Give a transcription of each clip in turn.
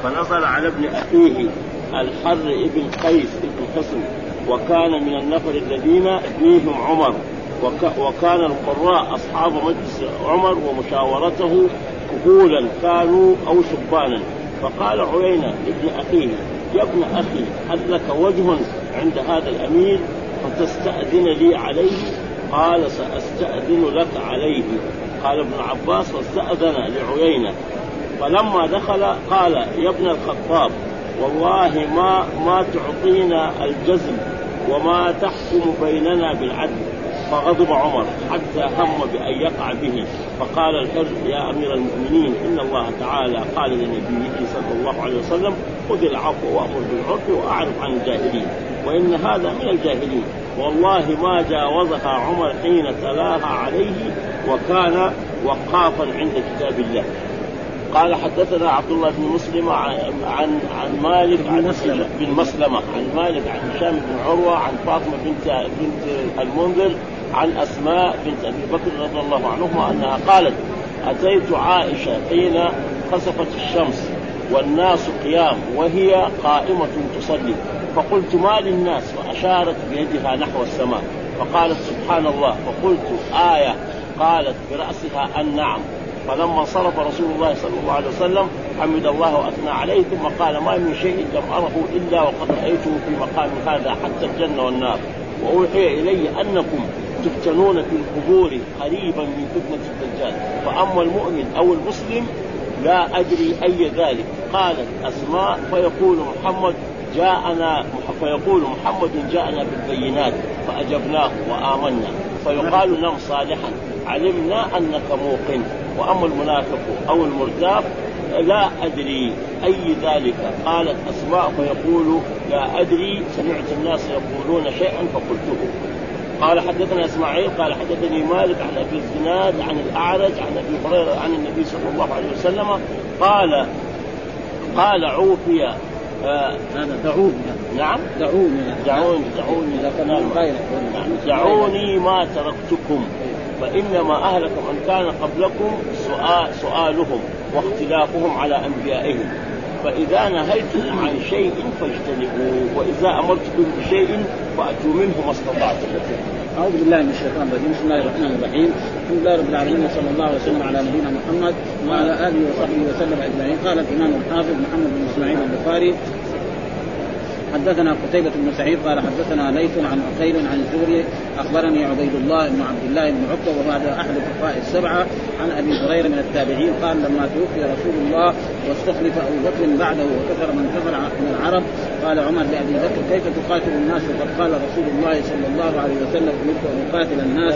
فنزل على ابن أخيه الحر ابن قيس ابن حصن، وكان من النفر الذين فيهم عمر، وكان القراء أصحاب مجلس عمر ومشاورته كهولا كانوا أو شبانا. فقال عيينة ابن أخيه: يا ابن أخي، هل لك وجه عند هذا الأمير فتستأذن لي عليه؟ قال: سأستأذن لك عليه. قال ابن عباس: واستأذن لعيينة. فلما دخل قال: يا ابن الخطاب، والله ما تعطينا الجزم وما تحكم بيننا بالعدل. فغضب عمر حتى هم بأن يقع به. فقال الحر: يا أمير المؤمنين، إن الله تعالى قال لنبيه صلى الله عليه وسلم: خذ العفو وأمر بالعرف وأعرض عن الجاهلين، وإن هذا من الجاهلين. والله ما جاوزها عمر حين تلاها عليه، وكان وقافا عند كتاب الله. قال: حدثنا عبد الله بن مسلم عن مالك بن مسلمة عن مالك عن هشام بن عروة عن فاطمة بنت المنذر عن أسماء بنت أبي بكر رضي الله عنهما أنها قالت: أتيت عائشة حين خسفت الشمس والناس قيام وهي قائمة تصلي، فقلت: ما للناس؟ فأشارت بيدها نحو السماء، فقالت: سبحان الله. فقلت: آية؟ قالت برأسها: النعم. فلما انصرف رسول الله صلى الله عليه وسلم حمد الله وأثنى عليه، ثم قال: ما من شيء لم أره إلا وقد رأيته في مقام هذا حتى الجنة والنار، وأوحي إلي أنكم تفتنون في القبور قريبا من فتنة الدجال، فأما المؤمن أو المسلم لا أدري أي ذلك. قالت أسماء: فيقول محمد جاءنا بالبينات فأجبناه وآمنا، فيقال: نم صالحا، علمنا أنك موقن. وأما المنافق أو المرتاب لا أدري أي ذلك. قالت أسماء: فيقول: لا أدري، سمعت الناس يقولون شيئا فقلته. قال: حدثنا إسماعيل قال: حدثني مالك عن أبي الزناد عن الأعرج عن أبي هريرة عن النبي صلى الله عليه وسلم قال: عوفي دعوني ما تركتكم، فإنما أهلك من كان قبلكم سؤالهم واختلافهم على أنبيائهم، فإذا نهيتكم عن شيء فاجتنبوه، وإذا أمرتكم بشيء فأتوا منه ما استطعتم. أعوذ بالله من الشيطان الرجيم. بسم الله الرحمن الرحيم. الحمد لله رب العالمين، وصلى الله وسلم على نبينا محمد وعلى آله وصحبه وسلم أجمعين. قال الإمام الحافظ محمد بن إسماعيل البخاري: حدثنا قتيبة بن سعيد قال: حدثنا ليث عن عقيل عن الزهري أخبرني عبيد الله بن عبد الله بن عتبة وهذا أحد الفقهاء السبعة عن أبي هريرة من التابعين قال: لما توفي رسول الله واستخلف أبو بكر بعده وكثر من كفر من العرب، قال عمر لأبي بكر: كيف تقاتل الناس وقد قال رسول الله صلى الله عليه وسلم: أمرت أن أقاتل الناس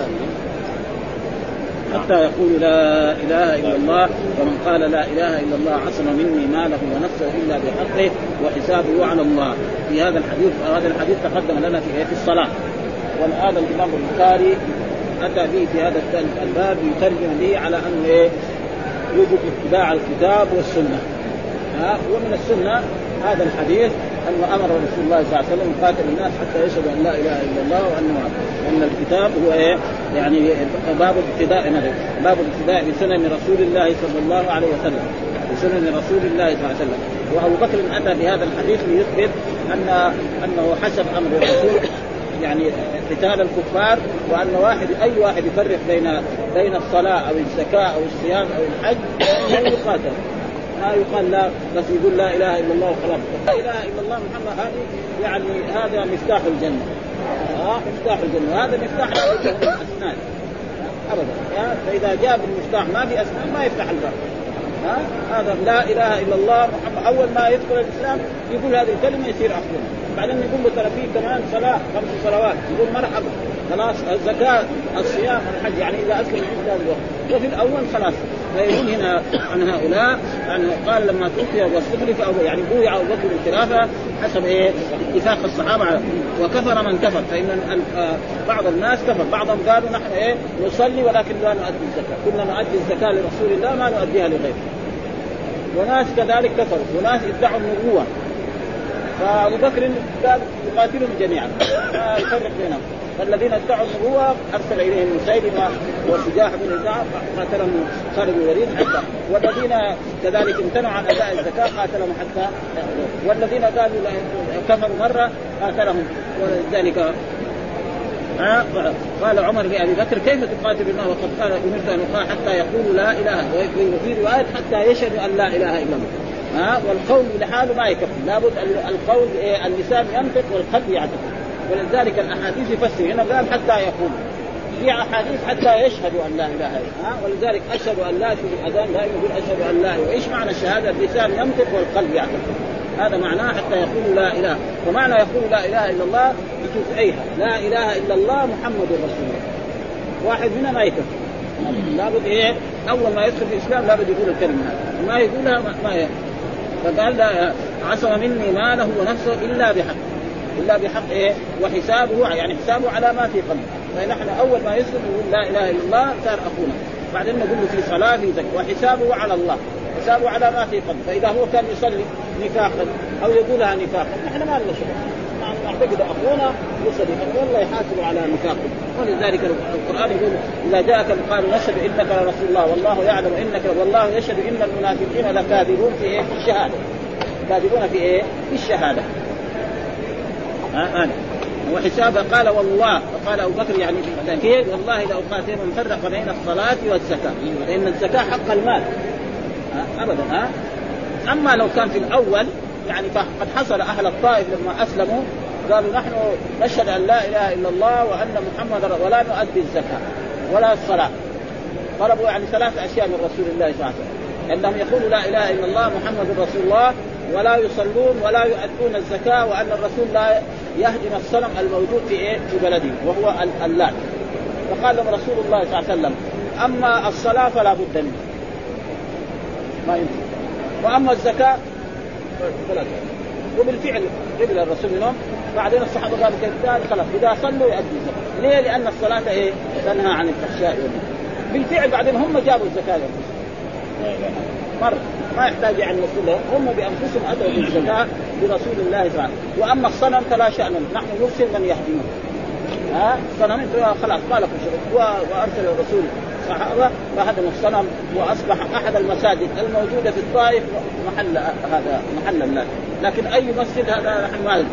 حتى يقول لا إله إلا الله، ومن قال لا إله إلا الله عصم مني ماله ونفسه إلا بحقه وحسابه على الله. في هذا الحديث، هذا الحديث تقدم لنا في الصلاة، وهذا الإمام البخاري أتى به في هذا الباب يترجم به على أنه يجب اتباع الكتاب والسنة. ومن السنة هذا الحديث أنه أمر رسول الله صلى الله عليه وسلم يقاتل الناس حتى يشهدوا أن لا إله إلا الله وأن الكتاب هو يعني باب الابتداء بسنن رسول الله صلى الله عليه وسلم، بسنن رسول الله صلى الله عليه وسلم. وأبو بكر أتى بهذا الحديث ليثبت أنه حسب أمر الرسول يعني قتال الكفار، وأن أي واحد يفرق بين الصلاة أو الزكاة أو الصيام أو الحج لا يقاتل. ما يقال لا بس يقول لا إله إلا الله وخلاص. لا إله إلا الله محمد، هذه يعني هذا مفتاح الجنة. مفتاح الجنة، هذا مفتاح الأسنان أبدا. فإذا جاء بالمفتاح ما في أسنان ما يفتح الباب. هذا لا إله إلا الله محمد، أول ما يدخل الإسلام يقول هذه الكلمة يصير أخذ، بعدين يقول له ترى فيه كمان صلاة 5 صلوات، يقول مرحبا خلاص، الزكاة الصيام الحج، يعني إذا أسلم في هذا الوقت. وفي الأول خلاص. فيقول هنا عن هؤلاء يعني قال لما توفي واستخلف يعني بويع أبو بكر الخلافة حسب اتفاق الصحابة وكفر من كفر، فإن بعض الناس كفر، بعضهم قالوا نحن نصلي ولكن لا نؤدي الزكاة، كنا نؤدي الزكاة لرسول الله ما نؤديها لغيره. وناس كذلك كفروا، وناس ادعوا النبوة، فأبو بكر قال يقاتلهم جميعا ما يفرق بينهم. فالذين ادعوا النبوة أرسل إليهم مسيلمة وشجاع بن الكعب قاتلهم خالد بن الوليد حتى، والذين كذلك امتنعوا عن أداء الزكاة قاتلهم حتى، والذين قالوا كفروا مرة قاتلهم. ولذلك قال عمر لأبي بكر كيف تقاتل الله وقد قال أمرت أن أقاتل حتى يقولوا لا إله، وفي رواية حتى يشهدوا أن لا إله إلا الله. والقول لحاله ما يكفي، لابد القول اللسان ينطق والقلب يعتقد. ولذلك الأحاديث يفسر هنا قال حتى يقول، في أحاديث حتى يشهدوا أن لا إله إلا الله. ولذلك أشهد أن لا، في الأذان لا يقول أشهد أن لا. وإيش معنى الشهادة؟ اللسان ينطق والقلب يعتقد، هذا معناه حتى يقولوا لا إله. ومعنى يقول لا إله إلا الله بجزئيها، لا إله إلا الله محمد رسول الله. واحد منا ما يكفي، لابد أول ما يدخل في الإسلام لابد يقول الكلمة هذه، ما يقولها ما يكفي. فقال لا عصم مني ماله ونفسه إلا بحق وحسابه، يعني حسابه على ما في قلبه. فنحن أول ما يسلم يقول لا إله إلا الله صار أخونا، بعدين نقول له في صلاة في زكاة، وحسابه على الله، حسابه على ما في قلبه. فإذا هو كان يصلي نفاقا أو يقولها نفاقا نحن ما لنا شغل، نعتقد أخونا يصلي والله يحاسب على نفاقه. ولذلك القرآن يقول إذا جاءك قالوا نشهد إنك لرسول الله والله يعلم إنك، والله يشهد إن المنافقين لكاذبون في الشهادة، كاذبون في الشهادة. وحسابه قال والله، وقال أبو بكر يعني في التأكيد والله لأقاتل من فرق بين الصلاة والزكاة، لأن الزكاة حق المال أبدا. أما لو كان في الأول يعني فقد حصل أهل الطائف لما أسلموا قالوا نحن نشهد أن لا إله إلا الله وأن محمد ولا نؤدي الزكاة ولا الصلاة. طلبوا يعني 3 أشياء من رسول الله صلى الله عليه وسلم، أنهم يقولوا لا إله إلا الله محمد رسول الله، ولا يصلون ولا يؤدون الزكاة، وأن الرسول لا يهدم الصنم الموجود في بلده وهو اللات. فقال لهم رسول الله صلى الله عليه وسلم أما الصلاة فلا بد منها ما يمكن، وأما الزكاة فلا بد. وبالفعل قبل الرسول منهم. بعدين الصحابة قالوا كذلك خلاص إذا صلوا يؤدوا الزكاة. ليه؟ لأن الصلاة تنهى عن الفحشاء. بالفعل بعدين هم جابوا الزكاة مرة ما يحتاج يعني رسول، هم بأنفسهم أدوا بالزكاة برسول الله صلى الله عليه وسلم. وأما الصنم فلا شأن، نحن نرسل من يهدمه. الصنم خلاص ما لكم شغل. وأرسل الرسول صحابة فهدموا الصنم، وأصبح أحد المساجد الموجودة في الطائف محل هذا محل الله. لكن أي مسجد هذا نحن ما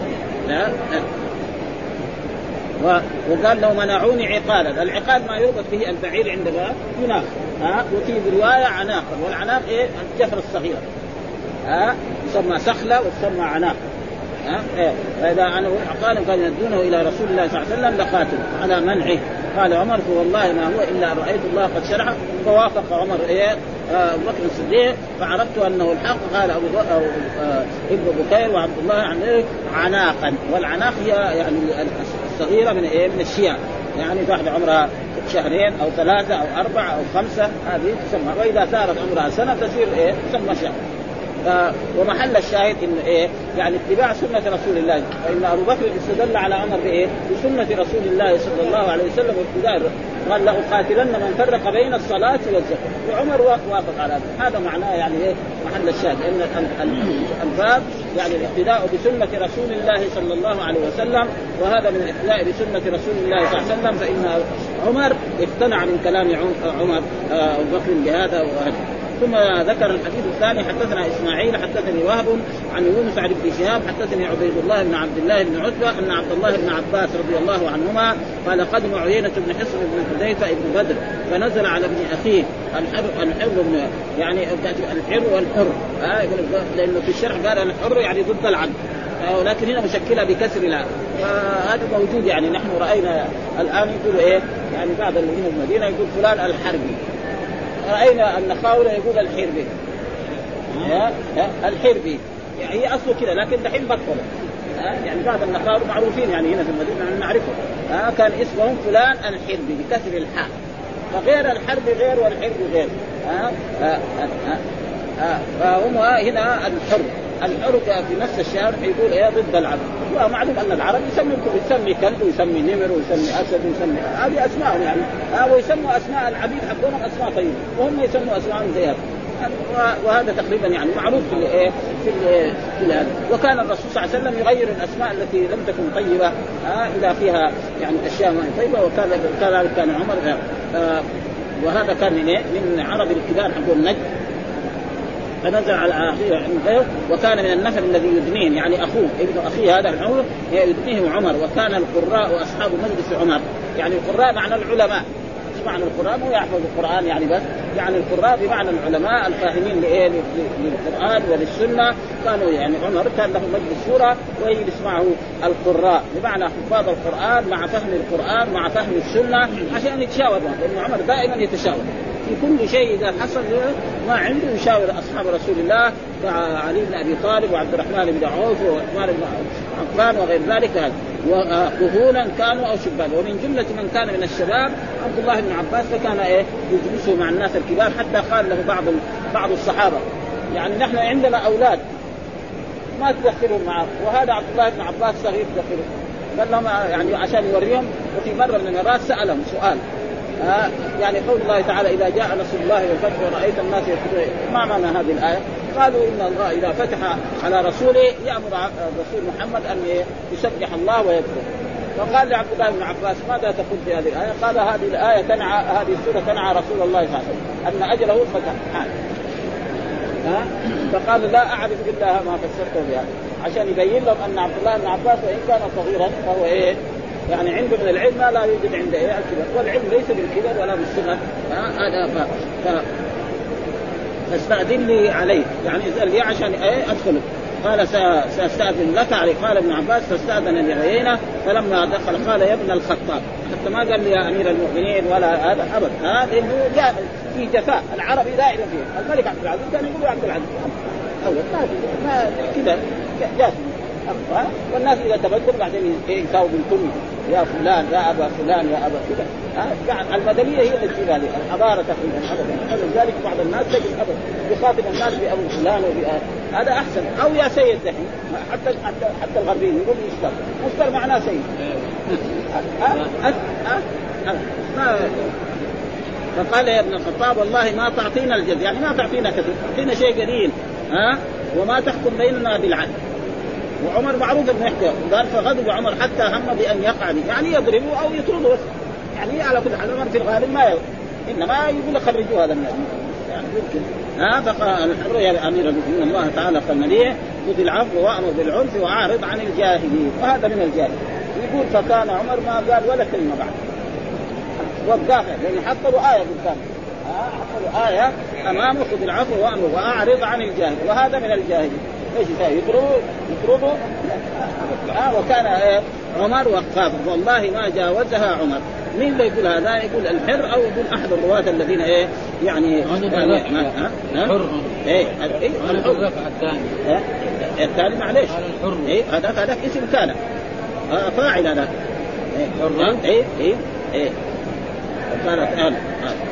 وقال لو منعوني عقالا. العقال ما يربط به البعير عندما يناخ، وفي رواية عناقا، والعناق الجفر الصغيرة يسمى سخلة وتسمى عناق. فإذا عنه عقالا قال يدونه إلى رسول الله صلى الله عليه وسلم لقاتل على منعه. قال عمر والله ما هو إلا أن رأيت الله قد شرع. فوافق عمر أبو بكر الصديق فعرفت أنه الحق. قال ابن بكير وعبد الله عن عناقا، والعناق هي يعني الصغيرة من الشياه، يعني واحدة عمرها 2 أو 3 أو 4 أو 5 هذه تسمى. وإذا صارت عمرها سنة تصير تسمى شهر. ومحل الشاهد إن يعني اتباع سنة رسول الله. فإن أبو بكر استدل على عمر بسنة رسول الله صلى الله عليه وسلم وابتداء. قال لأقاتلن من فرق بين الصلاة والزكاة، وعمر وافق على هذا معناه يعني محل الشاهد إن الباب يعني الاقتداء بسنة رسول الله صلى الله عليه وسلم، وهذا من الاقتداء بسنة رسول الله صلى الله عليه وسلم. فإن عمر اقتنع من كلام عمر أبو بكر بهذا وهذا. ثم ذكر الحديث الثاني حدثنا إسماعيل حدثني وهب عن يونس عن ابن شهاب حدثني عبيد الله بن عبد الله بن عتبة أن عبد الله بن عباس رضي الله عنهما قال قدم عيينة بن حصن بن حذيفة ابن بدر فنزل على ابن أخيه الحر بن يعني الحر والحر لأنه في الشرح قال الحر يعني ضد العبد، ولكن هنا مشكلة بكسر العاء. فهذا موجود يعني نحن رأينا الآن يقول يعني بعض الذين في المدينة يقول فلان الحربي، رأينا النخاولة يقول الحربي الحربي يعني هي أصله كده، لكن دحين بطلوا يعني بعض النخاولة معروفين يعني هنا في المدينة نعرفه كان اسمهم فلان الحربي بكسر الحاء. فغير الحرب غير والحرب غير. فهم هنا الحر في نفس الشهر يقول ضد العبد. ومعلوم أن العرب يسمي كلب ويسمي نمر ويسمي أسد ويسمي هذه أسماء يعني ويسموا أسماء العبيد حقهم أسماء طيبة، وهم يسموا أسماءهم زي هذا. وهذا تقريبا يعني معروف في هذا. وكان الرسول صلى الله عليه وسلم يغير الاسماء التي لم تكن طيبه الى فيها يعني اشياء ما طيبه، وكان عمر وهذا كان من عرب الكبار حق النجد، فنزل على أخيه. وكان من النفر الذي يدنيه يعني أخوه ابن أخيه هذا الحور يدنيه عمر. وكان القراء وأصحاب مجلس عمر، يعني القراء معنى العلماء، مش معنى القراء مو يحفظ القرآن يعني بس، يعني القراء بمعنى العلماء الفاهمين للقرآن وللسنة. كانوا يعني عمر كان له مجلس شورى ويجلس معه القراء بمعنى حفاظ القرآن مع فهم القرآن مع فهم السنة عشان يتشاور، لأن عمر دائما يتشاور في كل شيء. إذا حصل ما عنده يشاور أصحاب رسول الله كعلي بن أبي طالب وعبد الرحمن بن عوف وعثمان بن عفان وغير ذلك، وكهولا كانوا أو شبان. ومن جملة من كان من الشباب عبد الله بن عباس، فكان يجلسه مع الناس الكبار، حتى قال له بعض الصحابة يعني نحن عندنا أولاد ما تدخلهم معه، وهذا عبد الله بن عباس صغير تدخله. قال لهم يعني عشان يوريهم. وفي مرة من المرات سألهم سؤال يعني قول الله تعالى إذا جاء نصر الله والفتح ورأيت الناس يدخلون، ما معنى هذه الآية؟ قالوا إن الله إذا فتح على رسوله يأمر الرسول محمد أن يسبح الله ويذكر. فقال لعبد الله بن عباس ماذا تقول في هذه الآية؟ قال هذه الآية تنعى، هذه السورة تنعى رسول الله صلى الله عليه وسلم أن أجله فتح. فقال لا أعرف إلا ما فسرته بها، عشان يبين لهم أن عبد الله بن عباس وإن كان صغيرا فهو يعني عنده من العلم ما لا يوجد عنده الكبر، والعلم ليس بالكبر ولا بالصغر. هذا فاستأذن لي عليه، يعني اسأل لي عشان أدخله. قال سأستأذن لك عليه. قال ابن عباس فاستأذن لعيينة، فلما دخل قال يا ابن الخطاب، حتى ما قال لي يا أمير المؤمنين ولا هذا أبد، هذا إنه جاء في جفاء العربي دائما فيه. الملك عبد العزيز كان يقول عبد العزيز أول ما كذا جاء، والناس إذا تبدل بعدين يساووا بالكل يا فلان يا أبا فلان يا أبا كذا. المدنية هي التي فيها الحضارة تقريبا أبدا. لذلك بعض الناس تجد أبدا يخاطب الناس بأبو فلان هذا أحسن، أو يا سيد دحين. حتى الغربيين يقول مستر معناه سيد. فقال يا ابن الخطاب والله ما تعطينا الجزء، يعني ما تعطينا كثير، تعطينا شيء قليل وما تحكم بيننا بالعدل. وعمر معروف انه يحكي، قال فغضب عمر حتى هم بان يقعني، يعني يضربه او يطرده، يعني على كل حال عمر في الغالب ما انما يقول خرجوا هذا الناس يعني يمكن. فقال الحر يا امير المؤمنين الله تعالى قال لي خذ العفو وامر بالعرف واعرض عن الجاهلين، وهذا من الجاهل. يقول فكان عمر ما قال ولا كلمه بعد، وقافه لان حطوا آية قدام، حطوا آية امامه خذ العفو وامر واعرض عن الجاهل، وهذا من الجاهلين. ايش يطردوا وكان عمر وقاف والله ما جاوزها عمر. مين اللي يقول هذا؟ يقول الحر او يقول احد الرواة الذين يعني الحر الحر الثاني معليش هذاك اسم كان فاعل هذا كان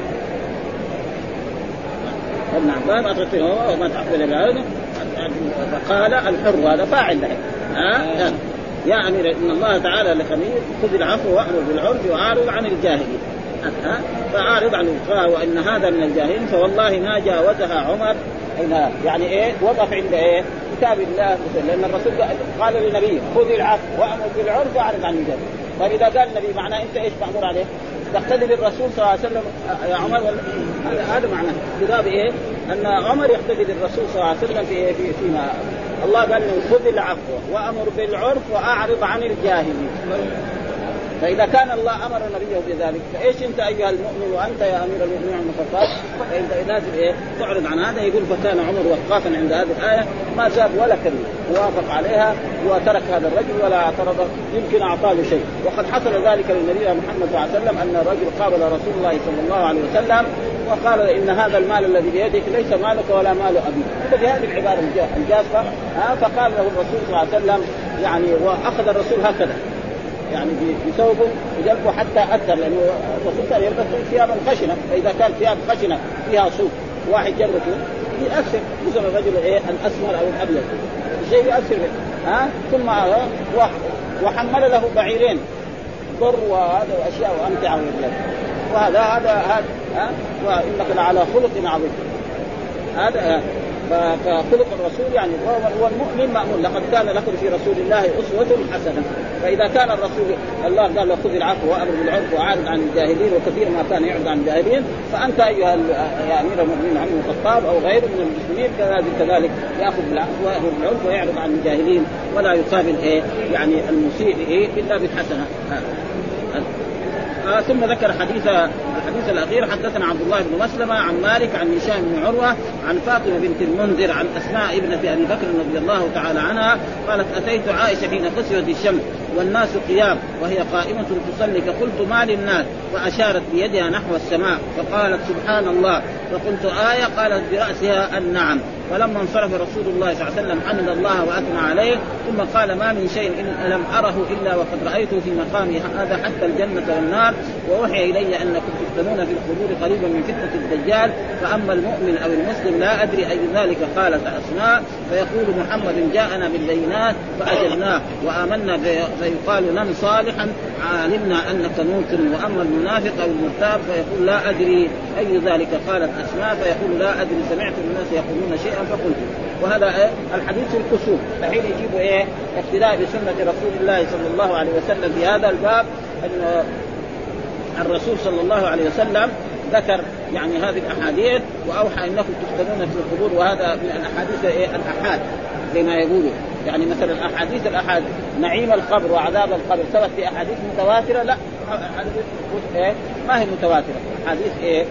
ابن عباس أتركه وما تحفل بعينه. فقال الحر هذا فاعل له يا أمير إن الله تعالى لخبير خذ العفو وأمر بالعرف وأعرض عن الجاهلين. فأعرض عن وإن هذا من الجاهلين فوالله ما جاوزها عمر. يعني وقف عند كتاب الله، لأن الرسول قال للنبي خذ العفو وأمر بالعرف وأعرض عن الجاهلين. فإذا قال النبي معناه أنت إيش مأمور عليه؟ تقتدي بالرسول صلى الله عليه وسلم يا عمر. هذا معناه كتاب أن عمر يقتدي بالرسول صلى الله عليه وسلم فيما الله قال له خذ العفو وأمر بالعرف وأعرض عن الجاهلين. فإذا كان الله أمر نبيه بذلك فإيش أنت أيها المؤمن وأنت يا أمير المؤمنين عن الخطاب؟ فإنت لازم تعرض عن هذا. يقول فكان عمر وقافا عند هذه الآية ما زاد ولا كلمة، وافق عليها وترك هذا الرجل ولا اعترض، يمكن أعطاه شيء. وقد حصل ذلك للنبي محمد صلى الله عليه وسلم أن الرجل قابل رسول الله صلى الله عليه وسلم وقال إن هذا المال الذي بيدك ليس مالك ولا مال أبيك، بهذه العبارة الجافة. فقال له الرسول صلى الله عليه وسلم يعني، وأخذ الرسول هكذا يعني بثوبه وجلبه حتى أثر، لأنه الرسول كان يلبس ثيابا خشنة، فإذا كان ثياب خشنة فيها صوف واحد جلبته يأثر، مثل الرجل الأسمر أو الأبيض شيء يأثر به. ثم وحمل له بعيرين ضر وهذا أشياء وأمتعة وهذا وإنك لعلى خلق عظيم. هذا فخلق الرسول يعني هو المؤمن مأمون. لقد كان لكم في رسول الله أسوة حسنة. فإذا كان الرسول الله قال له خذ العفو وأمر بالعرف وأعرض عن الجاهلين، وكثير ما كان يعرض عن الجاهلين، فأنت أيها يا أمير المؤمنين عمر بن الخطاب أو غيره من المسلمين كذلك يأخذ بالعفو ويأمر بالعرف ويعرض عن الجاهلين ولا يقابل يعني المسيء إلا بالحسنة. ثم ذكر الحديث الأخير. حدثنا عبد الله بن مسلمة عن مالك عن هشام بن عروة عن فاطمة بنت المنذر عن أسماء ابنة أبي بكر رضي الله تعالى عنها قالت أتيت عائشة حين خسفت الشمس والناس قيام وهي قائمة تصلي فقلت ما للناس، فأشارت بيدها نحو السماء فقالت سبحان الله، فقلت آية، قالت برأسها النعم. فلما انصرف رسول الله صلى الله عليه وسلم حمد الله وأثنى عليه ثم قال ما من شيء إن لم أره إلا وقد رأيته في مقامي هذا حتى الجنة والنار، ووحي إلي أنكم تفتنون في القبور قريبا من فتنة الدجال، فأما المؤمن أو المسلم لا أدري أي ذلك. قالت أسماء فيقول محمد جاءنا بالبينات فأجبناه وآمنا فيقال نم صالحا علمنا أنك موقن، وأما المنافق أو المرتاب فيقول لا أدري أي ذلك. قالت أسماء فيقول لا أدري سمعت الناس يقولون شيئا فقلت. وهذا الحديث في الكسوف الحين يجيب اقتداء بسنة رسول الله صلى الله عليه وسلم في هذا الباب. أن الرسول صلى الله عليه وسلم ذكر يعني هذه الأحاديث وأوحى إنكم تفتنون في القبور، وهذا من الأحاديث الأحاد زي ما يقولوا. يعني مثلا الأحاديث نعيم القبر وعذاب القبر ثبت في أحاديث متواترة؟ لا، ما هي متواترة. حديث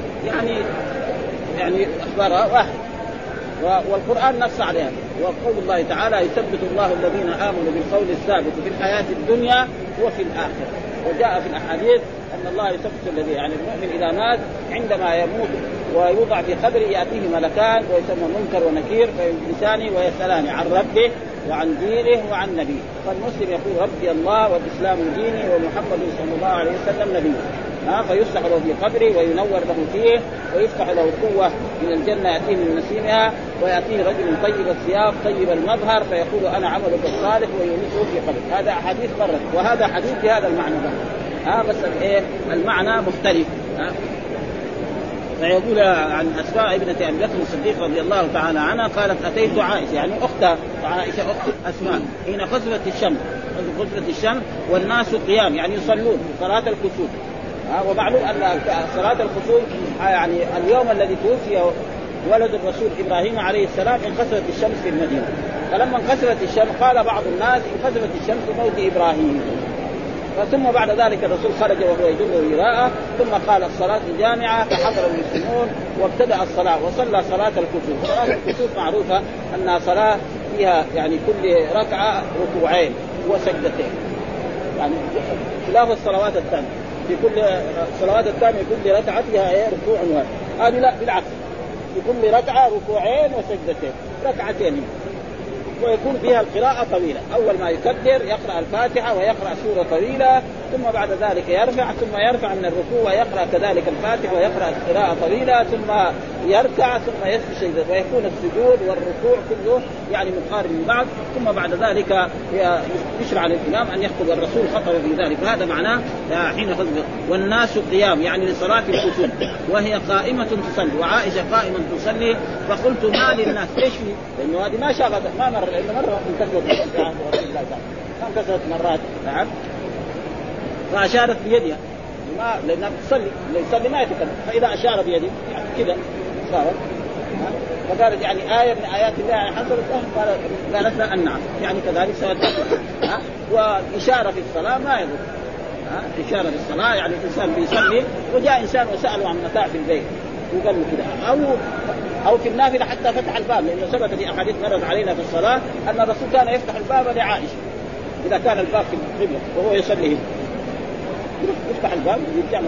يعني أخبارها واحد، والقرآن نص عليها. وقول الله تعالى يثبت الله الذين آمنوا بالقول الثابت في الحياة الدنيا وفي الآخرة. وجاء في الأحاديث أن الله يثبت الذي يعني المؤمن إذا مات عندما يموت ويوضع في قبره يأتيه ملكان ويسمى منكر ونكير فيجلسان ويسألان عن ربه وعن دينه وعن نبيه. فالمسلم يقول ربي الله والإسلام ديني ومحمد صلى الله عليه وسلم نبيه. فيفتح له في قبره وينور له فيه ويفتح له قوة من الجنة يأتيه من نسيمها، ويأتيه رجل طيب الثياب طيب المظهر فيقول أنا عملك الصالح ويمسه في قبره. هذا حديث مرة، وهذا حديث بهذا المعنى بس المعنى مختلف. فيقول عن أسماء ابنة أبي بكر الصديق رضي الله تعالى عنها قالت أتيت عائشة يعني أخت عائشة أخت أسماء حين خسفت الشمس والناس قيام يعني يصلون صلاة الكسوف. ومعلوم أن صلاة الكسوف يعني اليوم الذي توفي ولد الرسول إبراهيم عليه السلام انخسفت الشمس في المدينة. فلما انخسفت الشمس قال بعض الناس انخسفت الشمس بموت إبراهيم. ثم بعد ذلك الرسول خرج وهو يدل وراءه ثم قال الصلاة جامعة فحضر المسلمون وابتدأ الصلاة وصلى صلاة الكسوف. صلاة الكسوف معروفة أنها صلاة فيها يعني كل ركعة ركوعين وسجدتين، يعني خلاف الصلوات الثانية. في كل الصلوات الثانية كل ركعة فيها ركوع واحد، هذه لا بالعكس، في كل ركعة ركوعين وسجدتين ركعتين، ويكون فيها القراءة طويلة. أول ما يكبر يقرأ الفاتحة ويقرأ سورة طويلة ثم بعد ذلك يرفع ثم يرفع من الركوع ويقرأ كذلك الفاتحة ويقرأ قراءة طويلة ثم يركع ثم يسجد، ويكون السجود والركوع كله يعني مقارب من بعض. ثم بعد ذلك يشرع للإمام أن يخطب، الرسول خطب في ذلك. فهذا معناه حين خطب والناس قيام يعني لصلاة الكسوف وهي قائمة تصلي وعائشة قائمة تصلي. فقلت ما للناس ايش في؟ لأنه هذه ما شغلت ما مر لأنه مرة انكسرت مرات. نعم. فأشارت بيدها لأنها تصلي، اللي يصلي ما يتكلم، فإذا أشار بيده يعني كذا صارت. فقالت يعني آية من آيات الله يعني حصلت قالت لا النعم يعني كذلك سوت. وإشارة في الصلاة ما يضر. إشارة في الصلاة يعني الإنسان بيصلي وجاء إنسان وسأله عن متاع في البيت وقال له كذا، أو في النافلة حتى فتح الباب، لأنه ثبت في أحاديث مرت علينا في الصلاة أن الرسول كان يفتح الباب لعائشة إذا كان الباب في القبلة وهو يصلي يفتح الباب ويرجع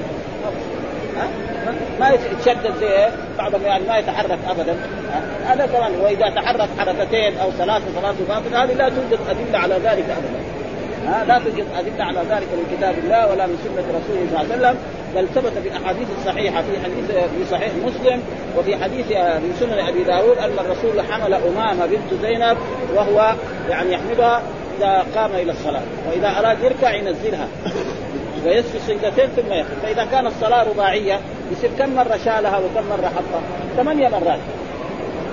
ما يتشدد زي بعضهم يعني ما يتحرك أبدا. هذا كمان، وإذا تحرك حركتين أو ثلاث باطل هذه لا توجد أدلة على ذلك أبدا. لا توجد أدلة على ذلك من كتاب الله ولا من سنة رسوله صلى الله عليه وسلم، بل ثبت في الأحاديث الصحيحة في حديث في صحيح مسلم وفي حديث من سنن أبي داود أن الرسول حمل أمامة بنت زينب وهو يعني يحملها إذا قام إلى الصلاة، وإذا أراد يركع ينزلها ويسجد سجدتين ثم يخرج. فإذا كان الصلاة رباعية يصير كم مرة شالها وكم مرة حطها؟ 8 مرات.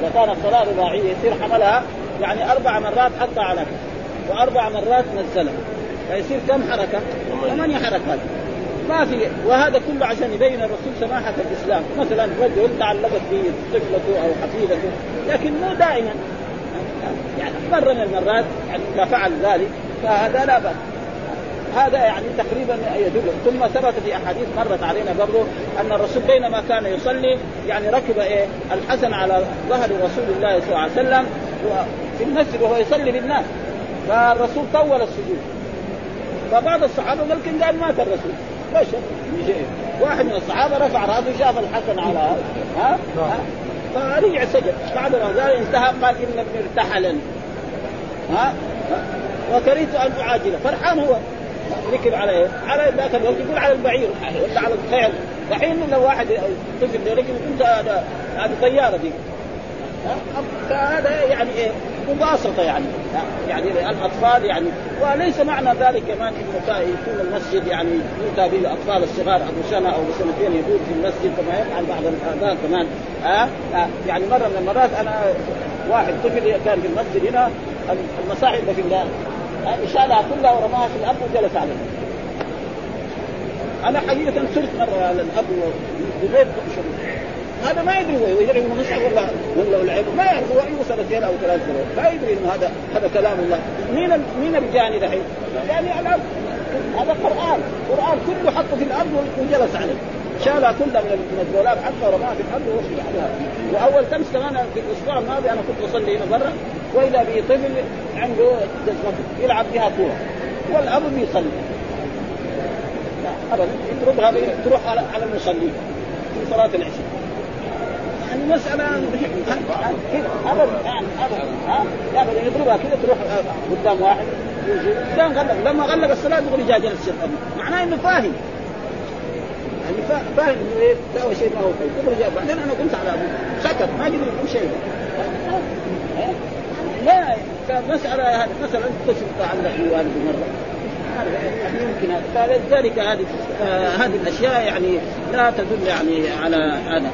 إذا كانت صلاة رباعية يصير حملها يعني 4 مرات حتى على و4 مرات نزلها، فيصير كم حركة؟ 8 حركات ما في. وهذا كله عشان يبين الرسول سماحة الإسلام. مثلا رجل تعلقت به طفلته أو حفيدته لكن مو دائما، يعني مرة من المرات يعني إذا فعل ذلك فهذا لا بأس. هذا يعني تقريبا يدل. ثم ثبت في أحاديث مرت علينا قبله أن الرسول بينما كان يصلي يعني ركب الحسن على ظهر رسول الله صلى الله عليه وسلم في المسجد وهو يصلي بالناس، فالرسول طول السجود. فبعض الصحابة قال مات الرسول. بشر واحد من الصحابة رفع رأسه شاف الحسن على فرجع سجد. بعد ذلك انتهى قال إن ابن ارتحلني وكرهت أن أعاجله. فرحان هو ركب على ذاك الوقت يقول على البعير ولا على الخيل. دحين لو واحد طفل ركب كنت هذه طيارة دي. فهذا يعني مباسطة يعني الأطفال يعني. وليس معنى ذلك كمان إنه يكون المسجد يعني يؤتى بالأطفال الصغار أبو سنة أو بسنتين يدور في المسجد كما يفعل بعض الآباء كمان. يعني مرة من المرات أنا واحد طفل كان في المسجد هنا المصاحف في الله شالها كلها ورماها في الأرض وجلس عليها. أنا حقيقة صرت مرة على الأرض بغير شيء. هذا ما يدري هو يدري انه مصحف ولا العيب ما يعرف. هو عنده 2 أو 3 سنين لا يدري انه هذا كلام الله. مين الجاني دحين؟ يعني على هذا قرآن كله حطه في الأرض وجلس عليه. شالها كلها من الدولاب حتى ورماها في الأرض ووصل عليها. وأول تمس كمان في الأسبوع الماضي أنا كنت أصلي هنا برا وإذا به طفل عنده جزمته يلعب بها كورة والأب بيصلي. لا أبدا يضربها تروح على المصلين في صلاة العشاء. يعني مسألة أبدا يضربها كذا تروح قدام واحد كان غلق. لما غلق الصلاة يقول جاء جلس الشيخ معناه إنه فاهم يعني فاهم إنه إيه لا شيء ما هو فيه. بعدين أنا قلت على أبوه سكت ما قدر يقول شيء. لا كمسألة هذه مثلا قسم تعلق بوالد مرة يمكن فلذلك هذه الأشياء يعني لا تدل يعني على هذا.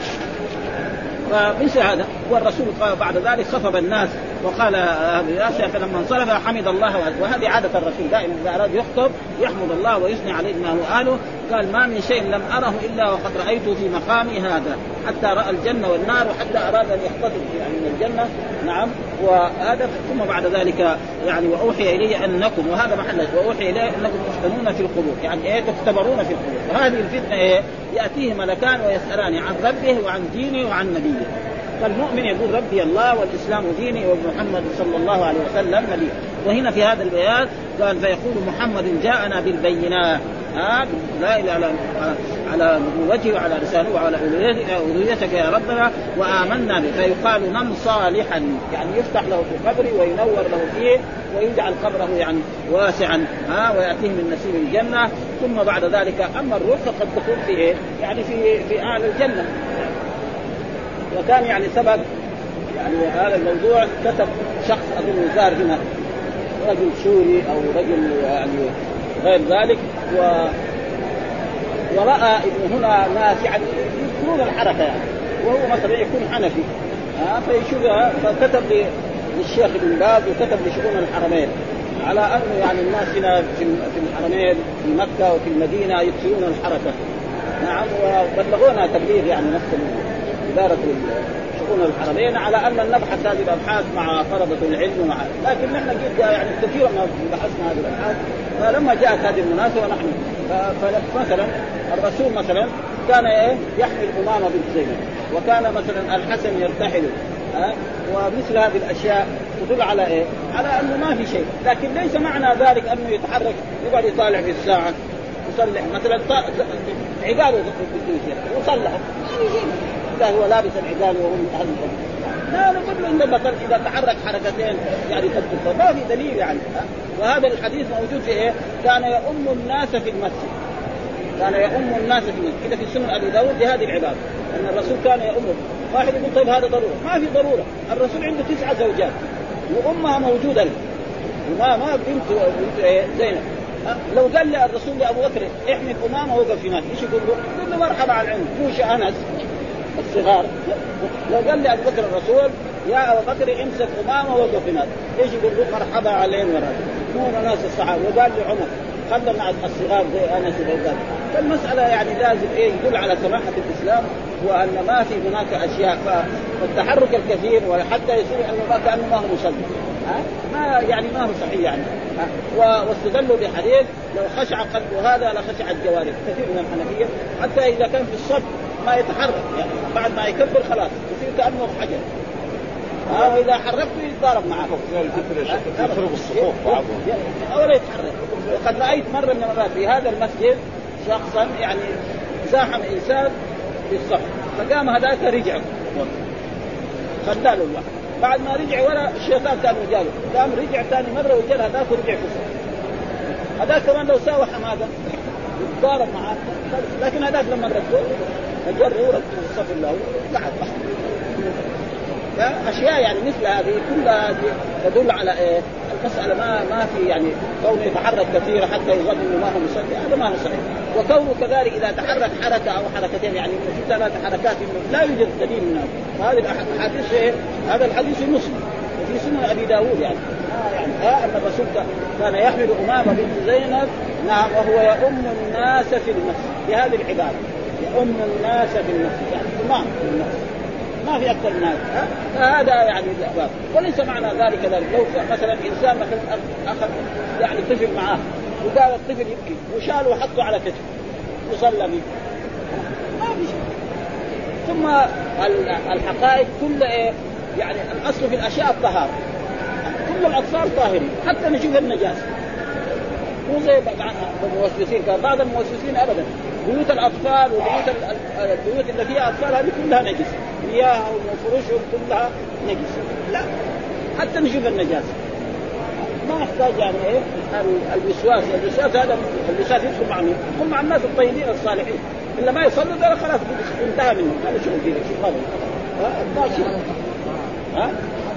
فمثل هذا والرسول بعد ذلك خطب الناس وقال هذه الأشياء. فلما انصرف حمد الله وهذه عادة الرسول دائما إذا أراد يخطب يحمد الله ويثني عليه ما هو آله. قال ما من شيء لم أره إلا وقد رأيته في مقامي هذا حتى رأى الجنة والنار وحتى أراد أن يختطف يعني من الجنة. نعم وهذا. ثم بعد ذلك يعني وأوحي إلي أنكم وهذا محل وأوحي إلي أنكم تفتنون في القبور يعني إيه تختبرون في القبور. وهذه الفتنة إيه يأتيه ملكان ويسألان عن ربه وعن دينه وعن نبيه. فالمؤمن يقول ربي الله والإسلام ديني ومحمد صلى الله عليه وسلم نبي. وهنا في هذا البيان قال فيقول محمد جاءنا بالبينات لا إله على وجهه وعلى لسانه وعلى ألوهيتك يا ربنا وآمنا به. فيقال نم صالحا يعني يفتح له في قبره وينور له فيه ويجعل قبره يعني واسعا ويأتيه من نسيم الجنة. ثم بعد ذلك أما الروح فقد تكون في إيه يعني في أعلى الجنة. وكان يعني سبب يعني هذا الموضوع كتب شخص أظن زار هنا رجل سوري أو رجل يعني غير ذلك ورأى إنه هنا ناس يعني يذكرون الحركة يعني وهو مثلا يكون حنفي فيشوفها فكتب للشيخ ابن باز وكتب لشؤون الحرمين على أنه يعني الناس هنا في الحرمين في مكة وفي المدينة يكثرون الحركة. نعم وبلغونا تبليغ يعني نفس إدارة شؤون الحرمين على أن نبحث هذه الأبحاث مع طلبة العلم ومع لكن نحن جدا يعني كثيرا ما بحثنا هذه الأبحاث. فلما جاءت هذه المناسبة نحن فمثلا الرسول مثلا كان يحمل أمامة بنت زينب وكان مثلا الحسن يرتحل ومثل هذه الأشياء تدل على على أنه ما في شيء. لكن ليس معنى ذلك أنه يتحرك يقعد يطالع في الساعة يصلح مثلا عقاله يصلح لا هو لابس العقال وهو متحرك. لا نقول إن البطل إذا تحرك حركتين يعني تبقى ما في دليل يعني. وهذا الحديث موجود في كان يؤم الناس في المسجد. كان يؤم الناس في المسجد كده في سنن أبي داود بهذه العبادة أن الرسول كان يؤم. واحد يقول طيب هذا ضرورة ما في ضرورة. الرسول عنده 9 زوجات وأمها موجودة له وما بنت زينب. لو قال لي الرسول لأبو بكر احمل أمامه وقف في مالك ايش يقول له؟ يقول له مرحبا على العلم موش أنس الصغار. لو قال لي أبو بكر الرسول يا أبو بكر امسك أمامة وقف هناك، إيش يقول له مرحبا علينا ورحمة مو ناس الصحابة. وقال لي عمر خلى مع الصغار زي أنس وقال. فالمسألة يعني لازم يدل على سماحة الإسلام وأن ما في هناك أشياء. فالتحرك الكثير وحتى يصير أنه كأنه ما هو مصلي ما يعني ما هو صحيح يعني. واستدلوا بحديث لو خشع قلبه هذا لخشع الجوارح. كثير من الحنفية حتى إذا كان في الصف ما يتحرك يعني بعد ما يكبر خلاص يصير كأنه حجر. وإذا حركته يتضارب معه يفرق الصفوف بعضهم ولا يتحرك. وقد رأيت مرة من المرات في هذا المسجد شخصا يعني زاحم إنسان في الصف فقام هذاك رجع خلاله الله. بعد ما رجع ولا الشيطان كان مجاله قام رجع ثاني مرة وجل هذاك ورجع في الصف. هذاك كمان لو ساوى حماده يتضارب معه. لكن هذاك لما رجعه فجره ورد في الصف الله قعد. أشياء يعني مثل هذه كلها تدل على المسألة ما في يعني كونه يتحرك كثير حتى يظن إنه ما هو مصلي هذا ما هو صحيح. وكونه كذلك إذا تحرك حركة أو حركتين يعني في 3 حركات لا يوجد دليل منها. فهذه الأحاديث هذا الحديث مسلم وفي سنن أبي داود يعني أن الرسول كان يحمل أمامة بنت زينب نعم وهو يؤم الناس في المسجد بهذه العبادة يؤم الناس في المسجد يعني إمام في المسجد ما في أكثر من هذا. فهذا يعني الأسباب. وليس معنى ذلك لو مثلا إنسان مثلا أخذ يعني طفل معاه وقال الطفل يبكي وشاله وحطه على كتفه وصلى به ما في شيء. ثم الحقائق كل يعني الأصل في الأشياء الطهارة. كل الأطفال طاهرين حتى نشوف النجاسة مو زي الموسوسين. بعض الموسوسين أبدا بيوت الأطفال وبيوت البيوت اللي فيها أطفال هذه كلها نجسة مياههم وفروشهم كلها نجسة. لا حتى نشوف النجاسة ما نحتاج يعني الوسواس هذا الوسواس يدخل مع مين؟ يدخل مع الناس الطيبين الصالحين إلا ما يصلوا ده خلاص انتهى منه. هذا شو كذا شو هذا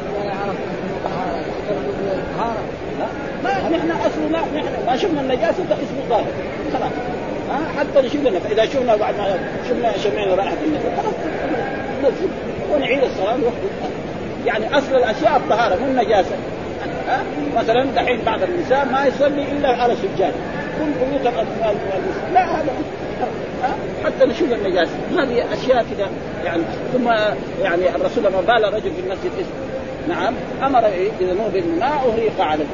ما نحن أصل لا نحن ما شفنا النجاسة ده اسمه طاهر خلاص. حتى نشوفنا إذا شفنا بعد ما شمعنا رائحة النجاسة خلاص نزل ونعيد الصلاة يعني أصل الأشياء الطهارة مو النجاسة. مثلا دحين بعض النساء ما يصلي إلا على سجاد كل بيوت الأطفال لا هذا حتى نشوف النجاسة هذه أشياء كذا يعني. ثم يعني الرسول لما بال رجل في المسجد نعم أمر إذا نوب الماء أهريق عليه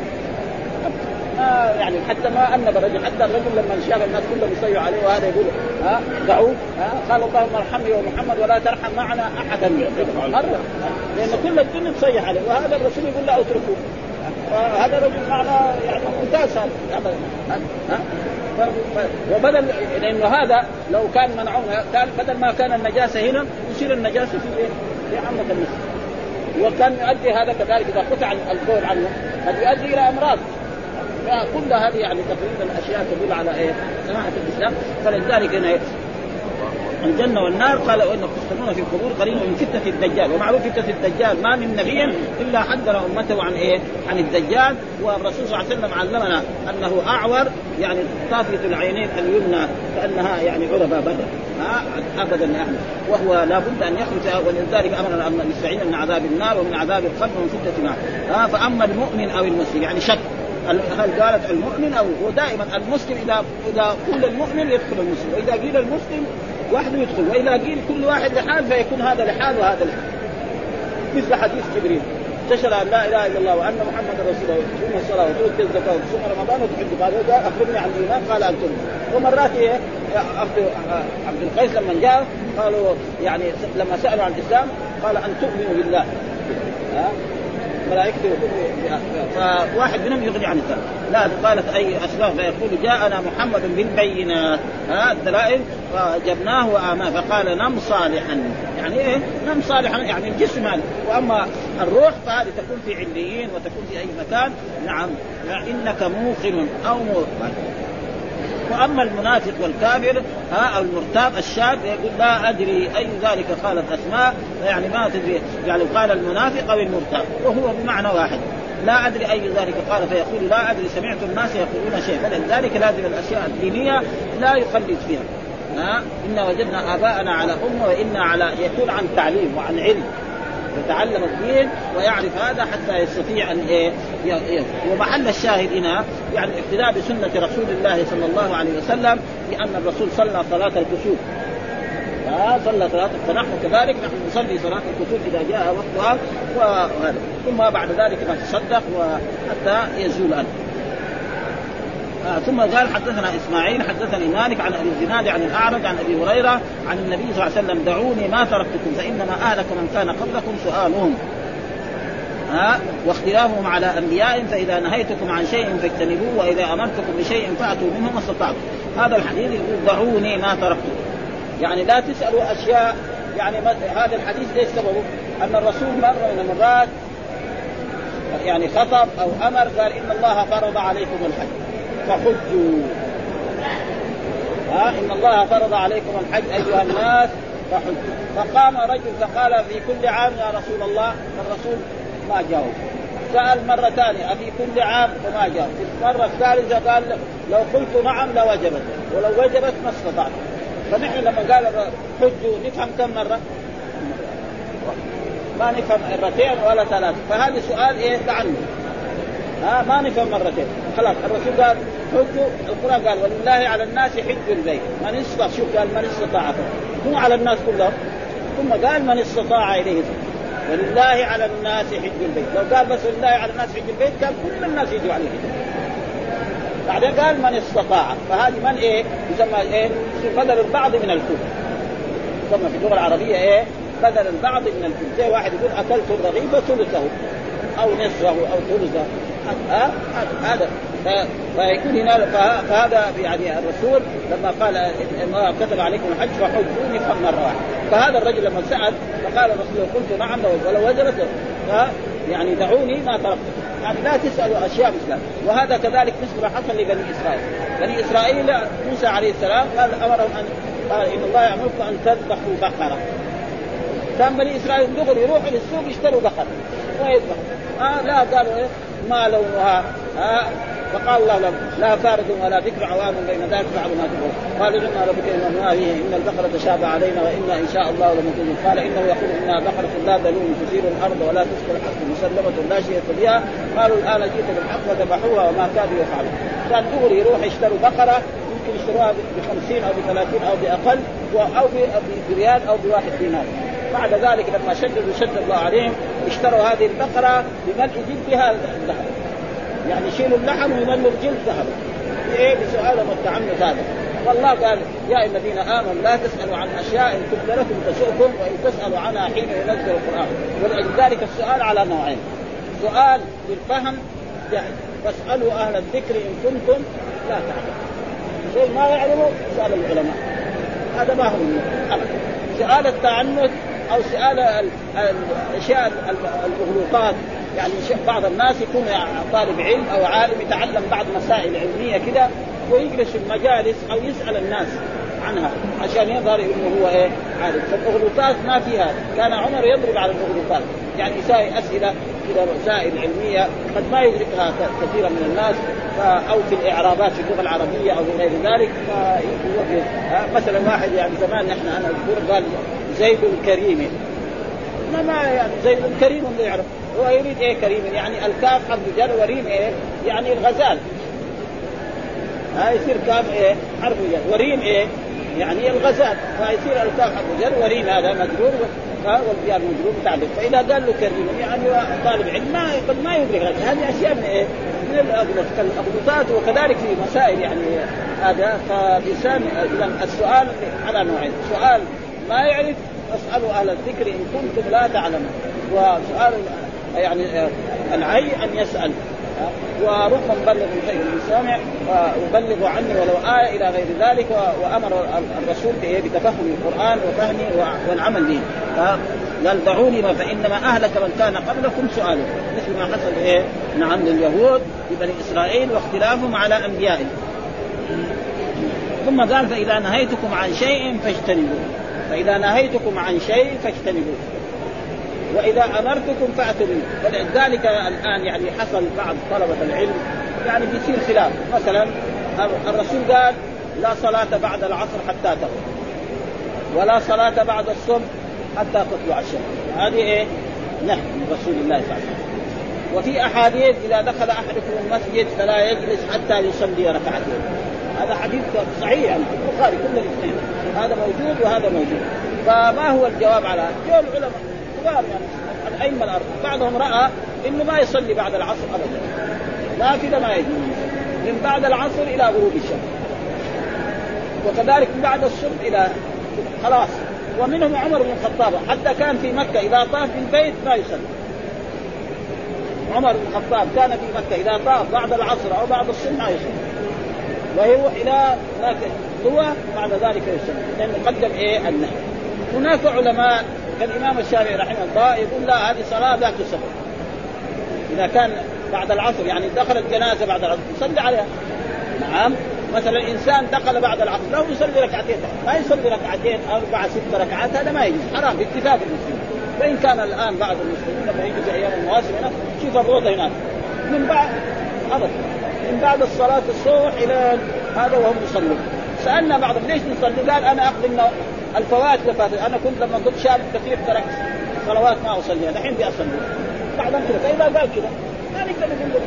يعني حتى ما أنب الرجل. حتى الرجل لما شاف الناس كلهم يصيحوا عليه وهذا يقول دعوه قال اللهم ارحمني ومحمد ولا ترحم معنا أحدا لأن كل الدنيا تصيح عليه. وهذا الرسول يقول لا أتركوه. هذا رجل معنى يعني ممتاز هذا وبدل لأنه هذا لو كان منعونا بدل ما كان النجاسة هنا يصير النجاسة في عامة المسجد. وكان يؤدي هذا كذلك إذا قطع القول عنه قد يؤدي إلى أمراض. كل هذه يعني تقريبا أشياء تدل على سماحة الإسلام. فلذلك هنا الجنة والنار قال وإنكم تفتنون في القبور قريب من فتنة الدجال. ومعروف فتنة الدجال ما من نبي إلا حذر أمته عن الدجال. والرسول صلى الله عليه وسلم علمنا أنه أعور يعني طافية العينين اليمنى كأنها يعني عربة بدر أبدا يعني وهو لا بد أن يخرج. ولذلك أمرنا أن نستعين من عذاب النار ومن عذاب القبر ومن فتنة النار. فأما المؤمن أو المسلم يعني شك هل قالت المؤمن أو ودائما المسلم إذا قيل المؤمن يدخل المسلم وإذا قيل المسلم واحد يدخل وإذا قيل كل واحد لحال فيكون هذا لحال وهذا لحال. مثل حديث جبريل تشهد أن لا إله إلا الله وأن محمد رسول الله وتقيم الصلاة وتؤتي الزكاة وتصوم رمضان وتحج قال أخبرني عن الإيمان قال أن تؤمن. ومرات عبد القيس لما جاء قالوا يعني لما سألوا عن الإسلام قال أن تؤمنوا بالله ملائكته فواحد منهم يغني عن الثاني. لا قالت أي أسباب فيقول جاءنا محمد بالبينات الدلائل فجبناه وآماه فقال نم صالحا يعني إيه نم صالحا يعني الجسم هذا. وأما الروح فهذه تكون في عليين وتكون في أي مكان نعم إنك موقن أو موقن. وأما المنافق والكافر أو المرتاب الشاب يقول لا أدري أي ذلك قالت أسماء يعني ما تدري يعني قال المنافق أو المرتاب وهو بمعنى واحد لا أدري أي ذلك قال فيقول لا أدري سمعت الناس يقولون شيء. فلذلك لازم الأشياء الدينية لا يقلد فيها إنا وجدنا آباءنا على أمة وإنا على يكون عن تعليم وعن علم، يتعلم الدين ويعرف هذا حتى يستطيع أن ومحل الشاهد هنا يعني الاقتداء بسنة رسول الله صلى الله عليه وسلم، لأن الرسول صلى صلاة الكسوف صلى صلاة، فنحن كذلك نحن نصلي صلاة الكسوف إذا جاء وقتها وهذا، ثم بعد ذلك نتصدق وحتى يزول عنه. ثم قال حدثنا إسماعيل حدثني مالك عن أبي الزناد عن الأعرج عن أبي هريرة عن النبي صلى الله عليه وسلم دعوني ما تركتكم فإنما أهلك من كان قبلكم سؤالهم واختلافهم على أنبيائهم، فإذا نهيتكم عن شيء فاجتنبوه وإذا أمرتكم بشيء فأتوا منه ما استطعتم. هذا الحديث يقول دعوني ما تركتكم، يعني لا تسألوا أشياء. يعني هذا الحديث ليس سببه أن الرسول مرة من المرات يعني خطب أو أمر قال إن الله فرض عليكم الحج فحجوا، إن الله فرض عليكم الحج أيها الناس فحجوا. فقام رجل فقال في كل عام يا رسول الله، فالرسول ما جاوب. سأل مرة ثانية أفي كل عام وما جاوب. في المرة الثالثة قال لو قلت نعم لوجبت ولو وجبت ما استطعت. فنحن لما قال حجوا نفهم كم مرة؟ ما نفهم مرتين ولا ثلاثة. فهذا سؤال إيه تعنت ما نفهم مرتين. خلاص الرسول قال حجوا، القرآن قال ولله على الناس حج البيت من استطاع. شوف قال من استطاع، مو على الناس كلهم، ثم قال من استطاع إليه سبيلا. ولله على الناس حج البيت، لو قال بس ولله على الناس حج البيت كان كل الناس يجوا عليه. بعدين قال من استطاع، فهذه من إيه يسمى إيه بدل البعض من الكل. يسمى في اللغة العربية إيه بدل البعض من الكل. زي واحد يقول أكلت الرغيف ثلثه أو نصفه أو ثلثه، هذا فيكون هنا. فهذا يعني الرسول لما قال ما كتب عليكم الحج فحجوا نفهم مرة واحدة. فهذا الرجل لما سأل فقال الرسول قلت نعم ولو وجبت يعني دعوني ما تركت. يعني لا تسألوا أشياء مثل. وهذا كذلك مثل ما حصل لبني إسرائيل. بني إسرائيل موسى عليه السلام قال أمرهم قال إن الله يأمركم أن تذبحوا بقرة. كان بني إسرائيل دغري يروحوا للسوق يشتروا بقرة ويذبحوا. لا قالوا إيه ما لونها فقال الله لهم لا فارض ولا ذكر عوام بين ذلك فعلوا ما تقول. قالوا لنا ربك إن البقرة تشابه علينا وإنا إن شاء الله لمهتدون. قال إنه يقول إنها بقرة لا ذلول تثير الأرض ولا تسقي الحرث مسلمة لا شيء بها. قالوا الآن جئت بالحق وذبحوها وما كادوا يفعلون. كان دغري يروح يشتروا بقرة يمكن يشتروها ب50 أو ب30 أو بأقل أو بريال أو ب1 دينار. بعد ذلك لما شد الله عليهم اشتروا هذه البقرة بملء جلدها الذهب، يعني يشيلوا اللحم ويملوا الجلد ذهب. ايه بسؤالهم التعنت هذا. والله قال يا الذين آمنوا لا تسألوا عن أشياء إن تبد لكم تسؤكم وإن تسألوا عنها حين ينزل القرآن. ولذلك السؤال على نوعين: سؤال للفهم يعني فاسألوا أهل الذكر إن كنتم لا تعلمون. شيء ما يعلموا سؤال العلماء، هذا ما هو أبدا. سؤال التعنت أو سؤال الأشياء المغلوطات، يعني بعض الناس يكون طالب علم أو عالم يتعلم بعض مسائل علمية كده ويجلس في المجالس أو يسأل الناس عنها عشان يظهر إنه هو إيه عالم. فالمغلوطات ما فيها. كان عمر يضرب على المغلوطات، يعني يسأل أسئلة كده مسائل علمية قد ما يدركها كثيرا من الناس، أو في الإعرابات في اللغة العربية أو غير ذلك. مثلا واحد يعني زمان نحن أنا أذكر قال زيد الكريم، ما يعني زيد الكريم اللي يعرف هو يريد ايه كريم، يعني الكاف حرف جر وريم ايه يعني الغزال، يصير كاف ايه حرف جر وريم ايه يعني الغزال، فيصير الكاف حرف جر وريم هذا مجرور والبيان مجرور متعلق. فإذا قال له كريم يعني طالب علم ما يدرك هذه أشياء من ايه من الأغلطات. وكذلك في مسائل يعني هذا. فالإنسان السؤال على نوعين: سؤال ما يعرف فاسألوا أهل الذكر إن كنتم لا تعلمون، وسؤال يعني العي أن يسأل. وربما بلغ الخير للسامع وبلغوا عني ولو آية إلى غير ذلك. وأمر الرسول بتفهم القرآن وفهمه والعمل به. قال دعوني فإنما أهلك من كان قبلكم سؤاله، مثل ما حصل نعم لليهود ببني إسرائيل واختلافهم على أنبيائهم. ثم قال فإذا نهيتكم عن شيء فاجتنبوه، فإذا نهيتكم عن شيء فاجتنبوه وإذا أمرتكم فأتوا منه. ولذلك الآن يعني حصل بعض طلبة العلم يعني بيصير خلاف. مثلا الرسول قال لا صلاة بعد العصر حتى تغرب، ولا صلاة بعد الصبح حتى تطلع الشمس. هذه إيه؟ نهي من رسول الله صلى الله عليه وسلم. وفي أحاديث إذا دخل أحدكم المسجد فلا يجلس حتى يصلي ركعتين. هذا حديث صحيح عن البخاري كل الاثنين، هذا موجود وهذا موجود. فما هو الجواب على هذا؟ العلماء كبار يعني الأئمة الأربعة بعضهم رأى إنه ما يصلي بعد العصر أبدا، لا كذا ما يجوز من بعد العصر إلى غروب الشمس، وكذلك من بعد الصبح إلى خلاص. ومنهم عمر بن الخطاب حتى كان في مكة إذا طاف في البيت ما يصلي. عمر بن الخطاب كان في مكة إذا طاف بعد العصر أو بعد الصبح ما يصلي، ويروح إلى هناك هو بعد ذلك يصلي، لأنه قدم إيه النهي. هناك علماء كالإمام الشافعي رحمه الله يقول لا، هذه صلاة لا تصلي إذا كان بعد العصر، يعني دخلت جنازة بعد العصر يصلي عليها. نعم، مثلا إنسان دخل بعد العصر له يصلي ركعتين، ما يصلي ركعتين 4 6 ركعات، هذا ما يجوز، حرام باتفاق المسلمين. وإن كان الآن بعض المسلمين فيجوز أيام المواسم هنا، شوف الروضة هناك من بعد أبدا من بعد الصلاة الصبح إلى هذا وهم يصلون. سألنا بعضهم ليش نصلي؟ قال أنا أقضي الفوات لفاتت، أنا كنت لما كنت شاب كثير تركت صلوات ما أصليها، الحين بأصلي بعدين كذا. فإذا قال كذا ما نقدر نقول له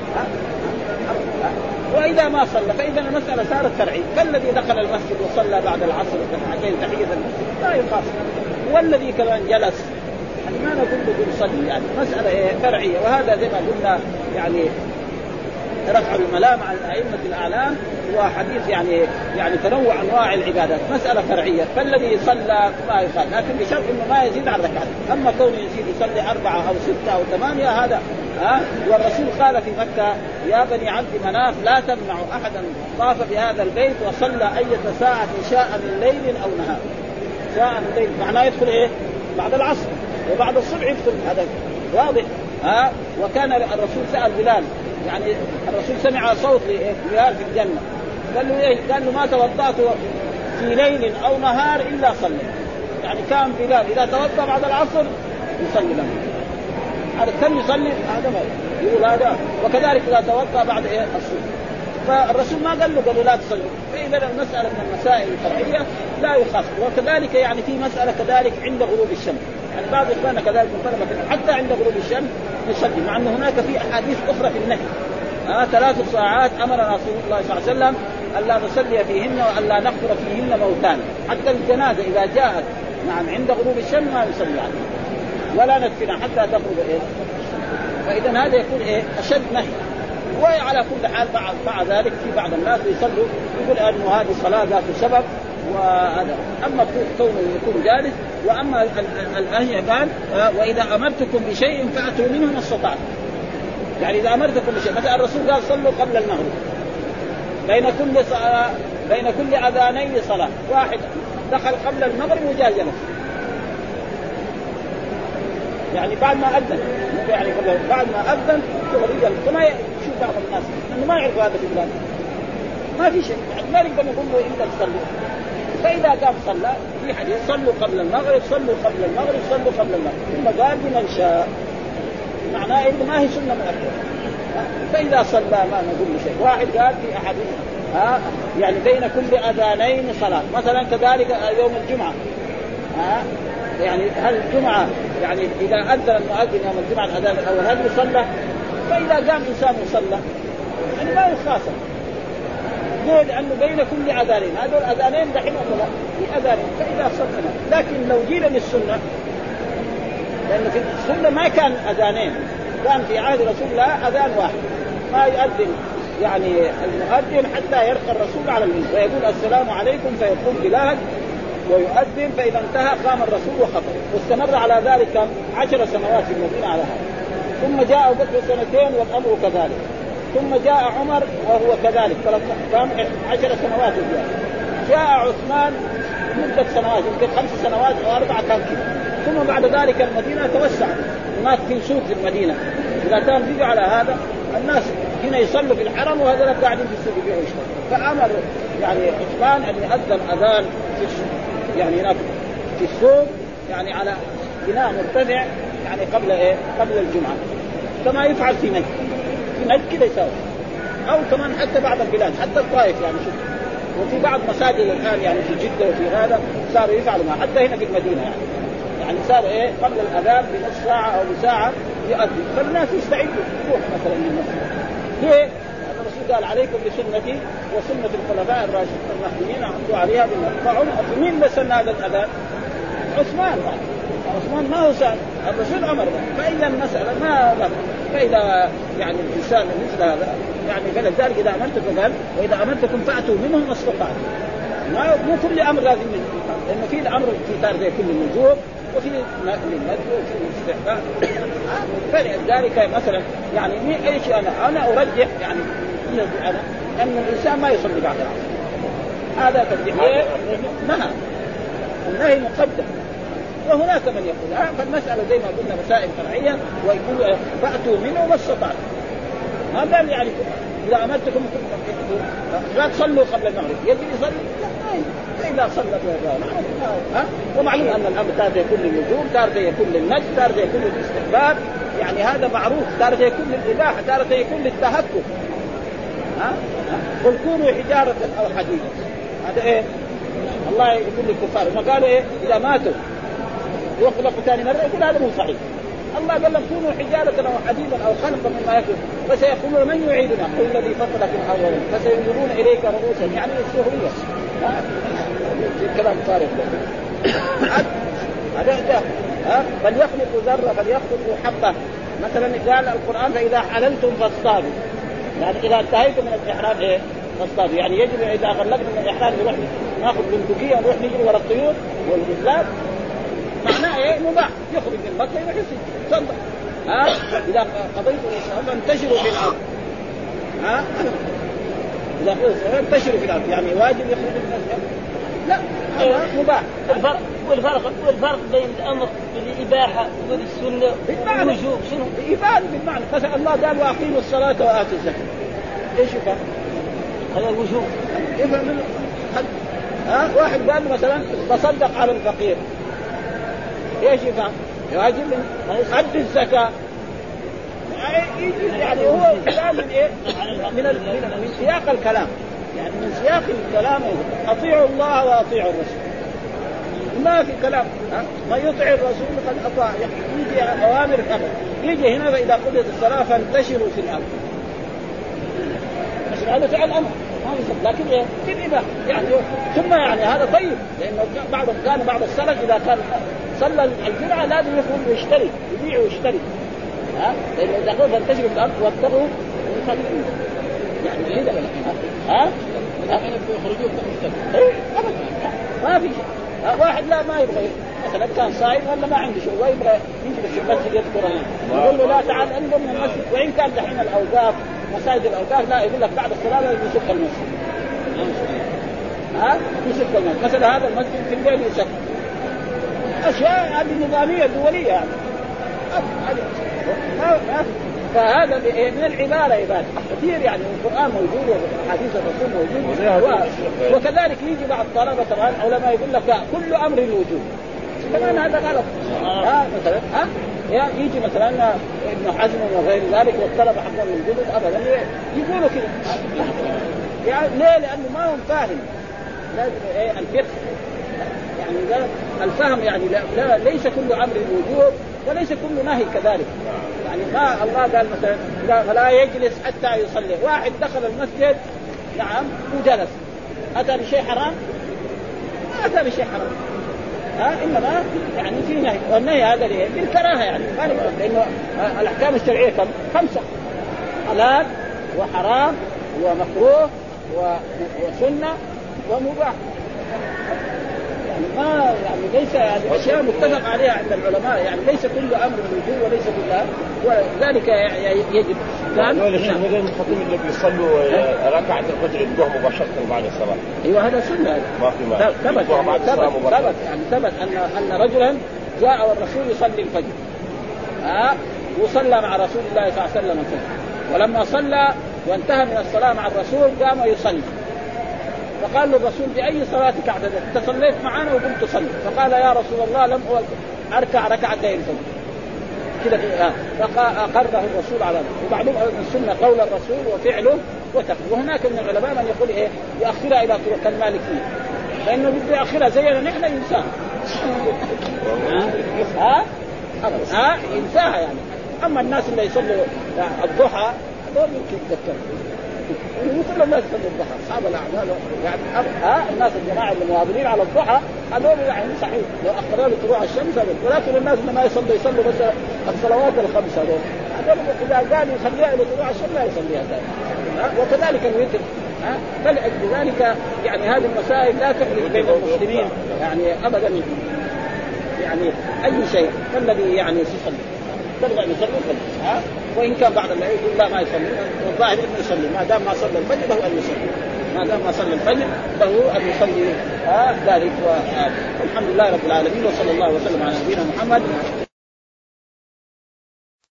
وإذا ما صلى فإذا المسألة صارت فرعية. فالذي دخل المسجد وصلى بعد العصر ركعتين تحية المسجد لا يقاس، والذي كمان جلس يعني ما نقول له يصلي، يعني مسألة فرعية. وهذا زي ما قلنا يعني رفع الملام عن أئمة الأعلام وحديث يعني تنوع أنواع العبادات، مسألة فرعية. فالذي صلى ما يقال، لكن بشرط إنه ما يزيد عن ركعتين. أما كونه يزيد يصلي 4 أو 6 أو 8 هذا والرسول قال في مكة يا بني عبد مناف لا تمنعوا أحدا طاف في هذا البيت وصلى أي ساعة شاء من ليل أو نهار. شاء من ليل معناه يدخل إيه بعد العصر، وبعد الصبح يدخل، هذا واضح. وكان الرسول سأل بلال، يعني الرسول سمع صوت بلال في الجنة، قال له إيه؟ قال له ما توضأت في ليل أو نهار إلا صلي. يعني كان بلال إذا توضأ بعد العصر يصلي له، هذا كم يصلي هذا ما يقول هذا. وكذلك إذا توضأ بعد الصبح، فالرسول ما قال له لا تصلي. فإذا المسألة من المسائل الفرعية لا يخاف. وكذلك يعني في مسألة كذلك عند غروب الشمس، يعني بعض إخواننا كذلك من طلبة حتى عند غروب الشمس نصلي، مع أن هناك في أحاديث أخرى في النهي. 3 ساعات أمرنا رسول الله صلى الله عليه وسلم ألا نصلي فيهن وألا نغفر فيهن موتان. حتى الجنازة إذا جاءت عند غروب الشمس ما يصلي عليها ولا ندفنها حتى تغرب فإذا هذا يكون أشد نهي. وعلى كل حال مع ذلك في بعض الناس يصلوا يقول أنه هذه صلاة ذات سبب. وهذا أما كونه يكون جالس. وأما الآية قال وإذا أمرتكم بشيء فأتوا منه ما استطعتم. يعني إذا أمرتكم بشيء، مثلا الرسول قال صلوا قبل المغرب، بين كل أذانين صلاة، واحد دخل قبل المغرب وجاء جلس، يعني بعد ما أذن، يعني بعد ما أذن رجال. كما يشوف بعض الناس إنه ما يعرف هذا في البلاد، ما في شيء، يعني ما نقدر نقول له إنت تصلي. فإذا قام صلى في حديث صلوا قبل المغرب، صلوا قبل المغرب، صلوا قبل المغرب، ثم قال لمن شاء، معناه إنه ما هي سنة مؤكدة. فإذا صلى ما نقول له شيء. واحد قال في أحاديث يعني بين كل أذانين صلاة، مثلا كذلك يوم الجمعة يعني هل الجمعة يعني إذا أذن المؤذن يوم الجمعة الأذان الأول هل يصلى؟ فإذا قام إنسان يصلى يعني ما يخاصم. ليه؟ لأنه بين كل أذانين، هذول أذانين دحين ولا في أذانين، فإذا صلى. لكن لو جينا للسنة، لأن في السنة ما كان أذانين، كان في عهد رسول الله أذان واحد، ما يؤذن يعني المؤذن حتى يرقى الرسول على المنبر ويقول السلام عليكم فيقول بلال ويؤذن، فإذا انتهى قام الرسول وخطب. واستمر على ذلك 10 سنوات في المدينة على هذا. ثم جاء أبو بكر 2 والأمر كذلك. ثم جاء عمر وهو كذلك قام 10 سنوات وجاء. جاء عثمان مدة سنوات، يمكن 5 سنوات أو 4 كان كذا. ثم بعد ذلك المدينة توسعت، هناك في سوق في المدينة إذا كان بيجوا على هذا الناس هنا يصلوا في الحرم وهذول قاعدين في السوق يبيعوا ويشتروا. فأمر يعني عثمان أن يؤذن أذان في السوق، يعني هناك في السوق يعني على بناء مرتفع، يعني قبل الجمعة، كما يفعل في نجد كده يساوي، أو كمان حتى بعض البلاد حتى الطائف يعني شوف وفي بعض مساجد الآن يعني في جدة وفي هذا صاروا يفعلوا ما حتى هنا في المدينة يعني صار إيه قبل الأذان بنص ساعة أو بساعة يؤذن، فالناس يستعدوا يروح مثلا للمسجد. ليه؟ الرسول قال عليكم بسنتي وسنة الخلفاء الراشدين المهديين عضوا عليها بالمقطع. مين اللي سن هذا الأذان؟ عثمان ما هو سأل الرسول أمر. فإذا المسألة ما فإذا يعني الإنسان مثل هذا يعني فلذلك إذا أمرتكم قال وإذا أمرتكم فأتوا منهم ما استطعتم. مو كل أمر لازم لأنه في الأمر في تاريخ كل النزول وفي للمد وفي الاستحباب. فلذلك مثلا يعني ايش انا ارجح يعني انا ان الانسان ما يصلي بعد العصر. هذا ترجيح نهى النهي مقدم، وهناك من يقول فالمسألة زي ما قلنا مسائل فرعية ويقول فأتوا منه ما استطعتم. ما قال يعني إذا أمرتكم لا تصلوا قبل المغرب يجب يصلي إذا صلت ومعلوم أن الأمر تارة يكون للوجوب، تارة يكون للنجم، تارة يكون للاستحباب، يعني هذا معروف. تارة يكون للإباحة، تارة يكون للتهكم. قل كونوا حجارة أو حديدا. هذا إيه الله يقول للكفار ما قالوا إيه إذا ماتوا يخلقوا ثاني مرة يقول هذا مو صحيح. الله قال لهم كونوا حجارة أو حديدا أو خلقا مما يكون فسيقولون من يعيدنا قل الذي فطركم أولا فسينظرون إليك رؤوسا يعني السهولية. الكلام فارغ هذا بل يخلق ذرة بل يخلق حبة. مثلا قال القرآن فإذا حللتم فاصطادوا، يعني إذا انتهيتم من الإحرام إيه فاصطادوا، يعني يجب إذا غلقنا من الإحرام نروح ناخذ بندقية ونروح نجري وراء الطيور والغزلان. معناه إيه مباح يخرج من مكة يروح يصطاد. إذا قضيتم الصلاة فانتشروا في الأرض. إذا قلت انتشروا في الأرض يعني واجب يخرج من المسجد؟ لا مباح. والفرق بين الأمر بالإباحة والسنة والوجوب شنو؟ الإباحة بالمعنى مثلا الله قال وأقيموا الصلاة وآتوا الزكاة. إيش يفهم؟ هذا الوجوب. يفهم واحد قال مثلا تصدق على الفقير. إيش يفهم؟ واجب أدي الزكاة. يعني هو كلام من إيه؟ من سياق الكلام، يعني من سياق الكلام أطيعوا الله وأطيعوا الرسول. ما في كلام ما يطيع الرسول قد أطاع. يجي أوامر أمر يجي هنا فإذا قضيت الصلاة فانتشروا في الأرض. مثل هذا فعل أمر لكن إيه في الإباحة يعني. ثم يعني هذا طيب لأنه بعض السلف إذا كان صلى الجمعة لازم يخرج ويشتري يبيع ويشتري. لأنه إذا قضى فانتشروا في الأرض واتقوا يعني كذا. يخرجون ما في واحد لا ما يبغى مثلا كان صايم ولا ما عنده شغل ويبغى يجلس في المسجد يذكر الله يقول له لا تعال انظر من المسجد. وإن كان دحين الأوقاف مساجد الأوقاف لا يقول لك بعد الصلاة لازم يسك المسجد. يسك المسجد مثلا هذا المسجد في الليل يسك. أشياء هذه نظامية دولية يعني. فهذا من العبارة عبادة كثير يعني القرآن موجود وحديث الرسول موجود. وكذلك يجي بعض الطلبة طبعا علماء يقول لك كل أمر الوجود كمان هذا غلط. مثلا يجي مثلا ابن حزم وغير ذلك والطلبة حقهم الجدد أبدا يقولوا كده يعني ليه؟ لأنه ما هم فاهم لازم الفقه يعني الفهم يعني لا ليس كل أمر الوجود وليس كل نهي كذلك. يعني ما الله قال مثلا فلا يجلس حتى يصلي. واحد دخل المسجد نعم وجلس أتى بشيء حرام؟ ما أتى بشيء حرام. إنما يعني في نهي والنهي هذا ليه؟ بالكراهة يعني لأنه الأحكام الشرعية كم؟ 5 حلال وحرام ومكروه وسنة ومباح. يعني ما يعني ليس يعني أشياء متفق عليها عند العلماء يعني ليس كل أمر وجوب وليس كل وذلك يجب. هذول الشيخ مثل الخطيب اللي بيصلوا ركعة الفجر يدوها مباشرة بعد الصلاة. أيوة هذا سنة. ما في ما. ثبت أن رجلا جاء والرسول يصلي الفجر. وصلى مع رسول الله صلى الله عليه وسلم الفجر. ولما صلى وانتهى من الصلاة مع الرسول قام يصلي. فقال له الرسول بأي صلاتك اعتدت؟ تصليت معنا وقمت تصلي. فقال يا رسول الله لم أركع ركعتين الفجر. كده فأقره الرسول على ذلك. وبعدين السنة قول الرسول وفعله وتقوله. وهناك من العلماء من يقول إيه يأخرها إلى طرق المالكية لأنه بده يأخرها زينا نحن إنسان إنساها يعني. أما الناس اللي يصلوا الضحى دول يمكن يتذكروا كل الناس يصلوا الضحى أصحاب الأعمال يعني الناس الجماعة اللي مواظبين على الضحى هذول يعني صحيح لو أخروا لطلوع الشمس. ولكن الناس اللي ما يصلوا بس الصلوات الخمس هذول إذا قال يصليها إلى طلوع الشمس لا يصليها ثاني. وكذلك الوتر فلأجل ذلك يعني هذه المسائل لا تفرق بين المسلمين يعني أبدا يعني أي شيء. فالذي يعني يصلي تبغى يصلي وإن كان بعض الناس يقول لا ما يصلي والظاهر إنه يصلي ما دام ما صلى الفجر له أن يصلي ما دام ما صلى الفجر له أن يصلي ذلك. والحمد لله رب العالمين وصلى الله وسلم على نبينا محمد.